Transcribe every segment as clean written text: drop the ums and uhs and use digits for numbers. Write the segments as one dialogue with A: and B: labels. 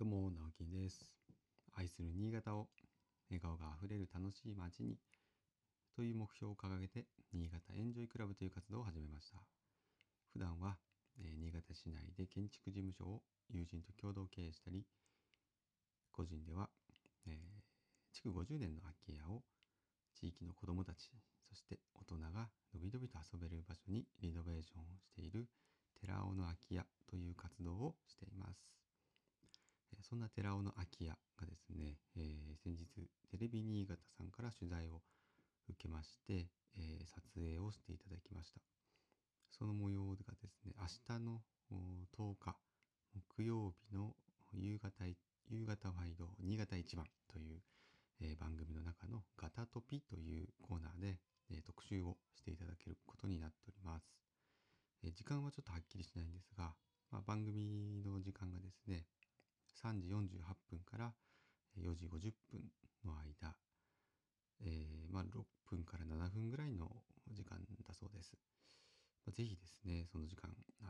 A: どうも、直樹です。愛する新潟を笑顔があふれる楽しい街にという目標を掲げて、新潟エンジョイクラブという活動を始めました。普段は、新潟市内で建築事務所を友人と共同経営したり、個人では、築50年の空き家を地域の子どもたち、そして大人がのびのびと遊べる場所にリノベーションをしている寺尾の空き家という活動をしています。そんな寺尾の空き家がですね、先日テレビ新潟さんから取材を受けまして、撮影をしていただきました。その模様がですね、明日の10日木曜日の夕方ワイド新潟一番という、番組の中のガタトピというコーナーで、特集をしていただけることになっております。時間はちょっとはっきりしないんですが、番組の時間がですね、3時48分から4時50分の間、6分から7分ぐらいの時間だそうです。ぜひですね、その時間、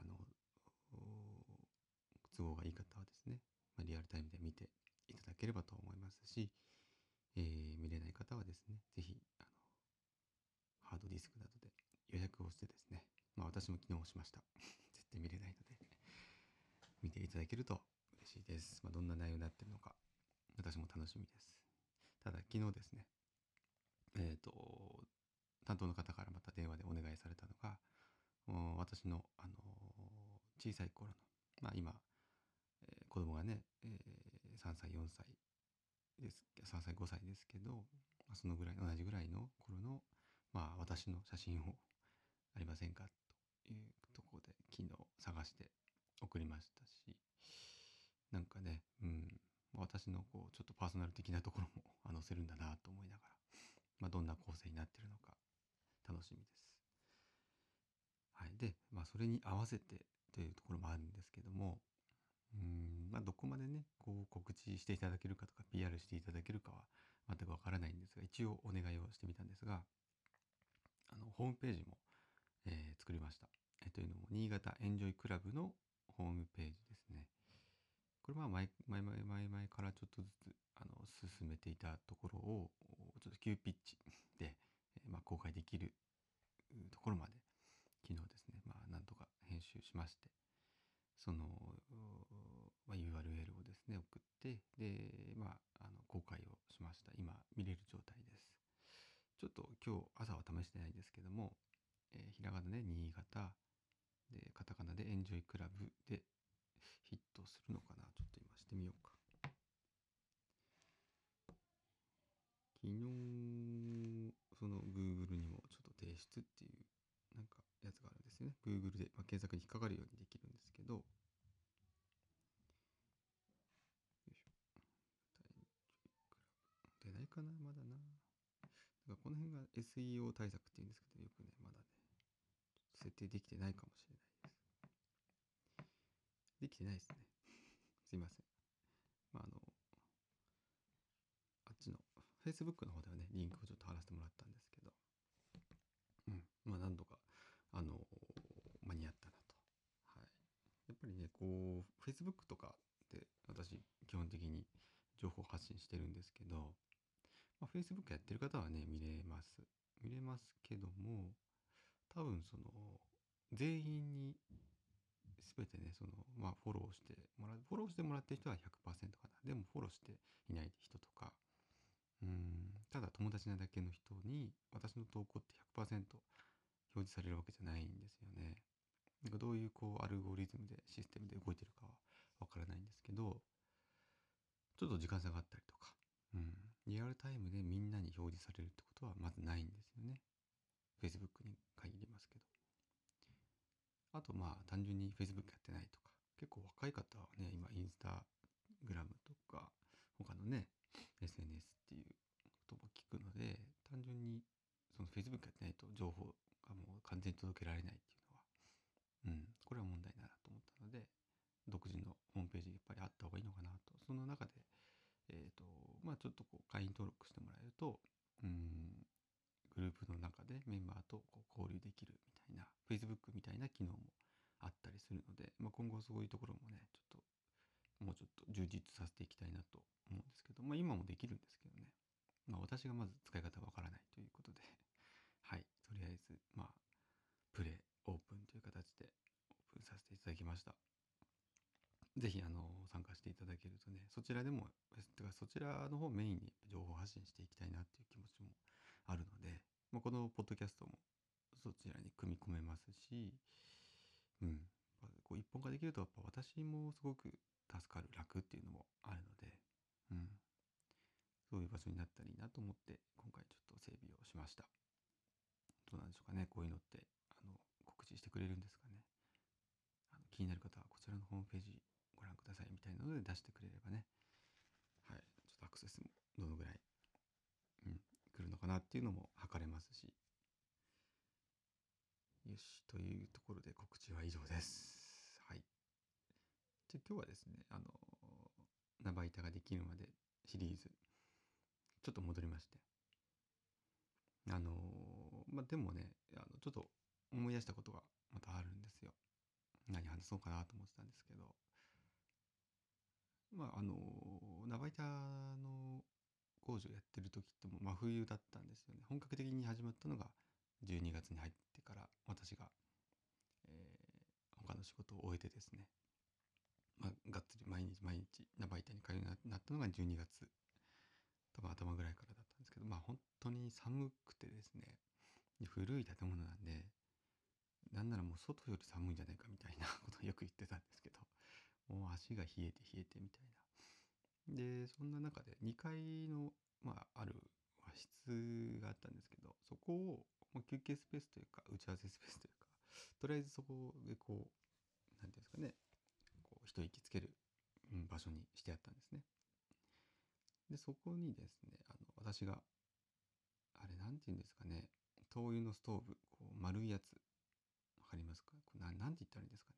A: 都合がいい方はですね、リアルタイムで見ていただければと思いますし、見れない方はですね、ぜひハードディスクなどで予約をしてですね、私も昨日しました。絶対見れないので、見ていただけると嬉しいです。どんな内容になっているのか、私も楽しみです。ただ昨日ですね、担当の方からまた電話でお願いされたのが、私の、小さい頃の、今、子供がね、3歳4歳です3歳5歳ですけど、そのぐらい同じぐらいの頃の、私の写真をありませんかというところで昨日探して送りましたし、なんかね、私のこうちょっとパーソナル的なところも載せるんだなと思いながら、どんな構成になっているのか楽しみです。はい、で、それに合わせてというところもあるんですけども、どこまでねこう告知していただけるかとか PR していただけるかは全くわからないんですが、一応お願いをしてみたんですが、ホームページも、作りました。というのも新潟エンジョイクラブのホームページですね。これは前々からちょっとずつ進めていたところをちょっと急ピッチで、公開できるところまで昨日ですね、なんとか編集しまして、その、URL をですね送って、で、公開をしました。今見れる状態です。ちょっと今日朝は試してないんですけども、ひらがなで新潟でカタカナでエンジョイクラブでヒットするのかな、ちょっと今してみようか。昨日その Google にもちょっと提出っていうなんかやつがあるんですよね。 Google で、検索に引っかかるようにできるんですけど、よいしょ、出ないかな、まだな。だからこの辺が SEO 対策っていうんですけど、よくねまだね設定できてないかもしれないです。できてないですね。すいません。あっちの Facebook の方ではねリンクをちょっと貼らせてもらったんですけど、何度か間に合ったなと。はい。やっぱりねこう Facebook とかで私基本的に情報発信してるんですけど、Facebook やってる方はね見れますけども、多分その全員に全てねフォローしてもらってる人は 100% かな。でもフォローしていない人とか、ただ友達なだけの人に私の投稿って 100% 表示されるわけじゃないんですよね。なんかどういうアルゴリズムでシステムで動いてるかはわからないんですけど、ちょっと時間差があったりとか、リアルタイムでみんなに表示されるってことはまずないんですよね。 Facebook に限りますけど、あと単純に Facebook やってないとか、結構若い方はね今インスタグラムとか他のね SNS っていうことも聞くので、単純にその Facebook やってないと情報がもう完全に届けられないっていうのは、これは問題だなと思ったので、独自のホームページやっぱりあった方がいいのかなと。その中でちょっと会員登録してもらえると、グループの中でメンバーと交流できるみたいな Facebook みたいな機能もあったりするので、今後そういうところもねちょっともうちょっと充充実させていきたいなと思うんですけど、今もできるんですけどね。私がまず使い方わからないということで、はい、とりあえず、プレイ、オープンという形でオープンさせていただきました。ぜひ参加していただけるとね、そちらでも、そちらの方をメインに情報発信していきたいなっていう気持ちもあるので、このポッドキャストもそちらに組み込めますし、こう一本化できるとやっぱ私もすごく助かる、楽っていうのもあるので、そういう場所になったらいいなと思って今回ちょっと整備をしました。どうなんでしょうかね、こういうのって告知してくれるんですかね。気になる方はこちらのホームページご覧くださいみたいなので出してくれればね、はい、ちょっとアクセスもどのぐらい、来るのかなっていうのも測れますし。よし、というところで告知は以上です。はい。じゃあ今日はですね、ナバイタができるまでシリーズ、ちょっと戻りまして。でもね、ちょっと思い出したことがまたあるんですよ。何話そうかなと思ってたんですけど、ナバイタの工場やってる時っても真冬だったんですよね。本格的に始まったのが12月に入ってから、私が、他の仕事を終えてですね、がっつり毎日ナバイタに通うようになったのが12月多分頭ぐらいからだったんですけど、本当に寒くてですね、古い建物なんで、なんならもう外より寒いんじゃないかみたいなことをよく言ってたんですけど、もう足が冷えて冷えてみたいな。でそんな中で2階の、ある和室があったんですけど、そこを、休憩スペースというか打ち合わせスペースというか、とりあえずそこでこうなんていうんですかね、こう一息つける、場所にしてあったんですね。でそこにですね、私があれなんて言うんですかね、灯油のストーブ、こう丸いやつ、わかりますか？これなんて言ったらいいんですかね。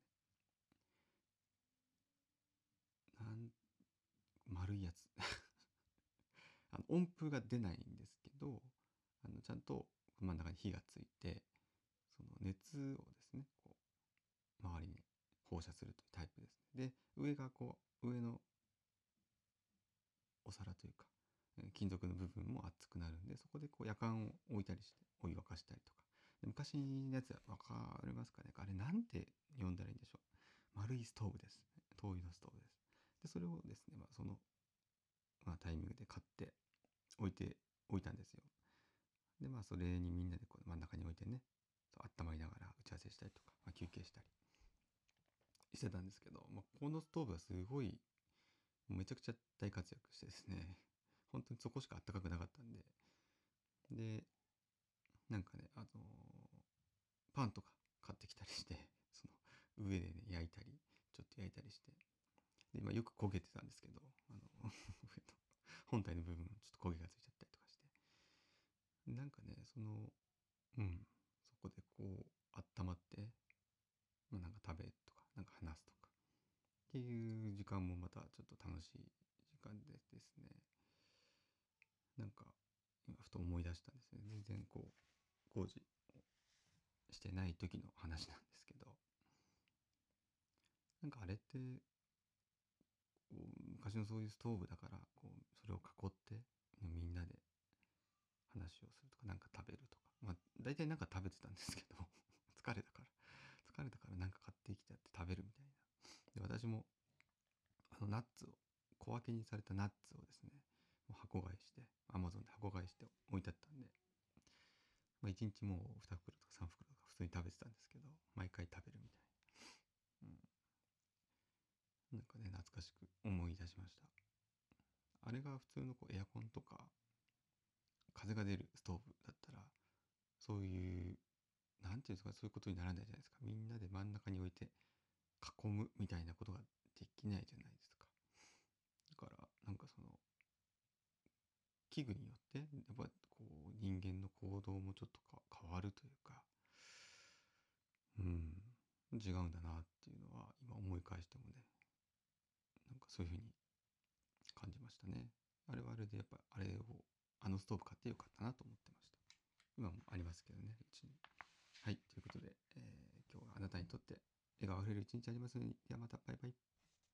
A: 丸いやつ音符が出ないんですけど、ちゃんと真ん中に火がついて、その熱をですね、こう周りに放射するというタイプですね。で上がこう上のお皿というか金属の部分も熱くなるんで、そこでこう夜間を置いたりしてお湯沸かしたりとか。で昔のやつは分かりますかね。あれなんて呼んだらいいんでしょう。丸いストーブです。灯油のストーブです。でそれをですね、その、タイミングで買って置いたんですよ。でそれにみんなでこう真ん中に置いてね、温まりながら打ち合わせしたりとか、休憩したりしてたんですけど、このストーブはすごいめちゃくちゃ大活躍してですね、本当にそこしかあったかくなかったんで、なんかね、パンとか買ってきたりして、その上でね焼いたり、ちょっと焼いたりして、でよく焦げてたんですけど、上の本体の部分ちょっと焦げがついちゃったりとかして、なんかね、そこでこう温まって、なんか食べとかなんか話すとかっていう時間もまたちょっと楽しい時間でですね、なんか今ふと思い出したんですね。全然こう工事してない時の話なんですけど、なんかあれってこう昔のそういうストーブだから、こうそれを囲ってみんなで話をするとか、なんか食べるとか、大体なんか食べてたんですけど疲れたからなんか買ってきちゃって食べるみたいな。で私もナッツを小分けにされたナッツをですね、もう箱買いして Amazon で箱買いして置いてあったんで、1日もう2袋とか3袋とか普通に食べてたんですけど、毎回食べるみたいな、なんかね懐かしく思い出しました。あれが普通のこうエアコンとか風が出るストーブだったら、そういうなんていうんですか、そういうことにならないじゃないですか。みんなで真ん中に置いて囲むみたいなことができないじゃないですか。だからなんかその器具によってやっぱこう人間の行動もちょっと変わるというか、違うんだなっていうのは今思い返してもね、なんかそういう風に感じましたね。あれはあれでやっぱあれをストーブ買ってよかったなと思ってました。今もありますけどね、うちに。はい、ということで、今日はあなたにとって笑顔あふれる一日ありますように。ではまた、バイバイ。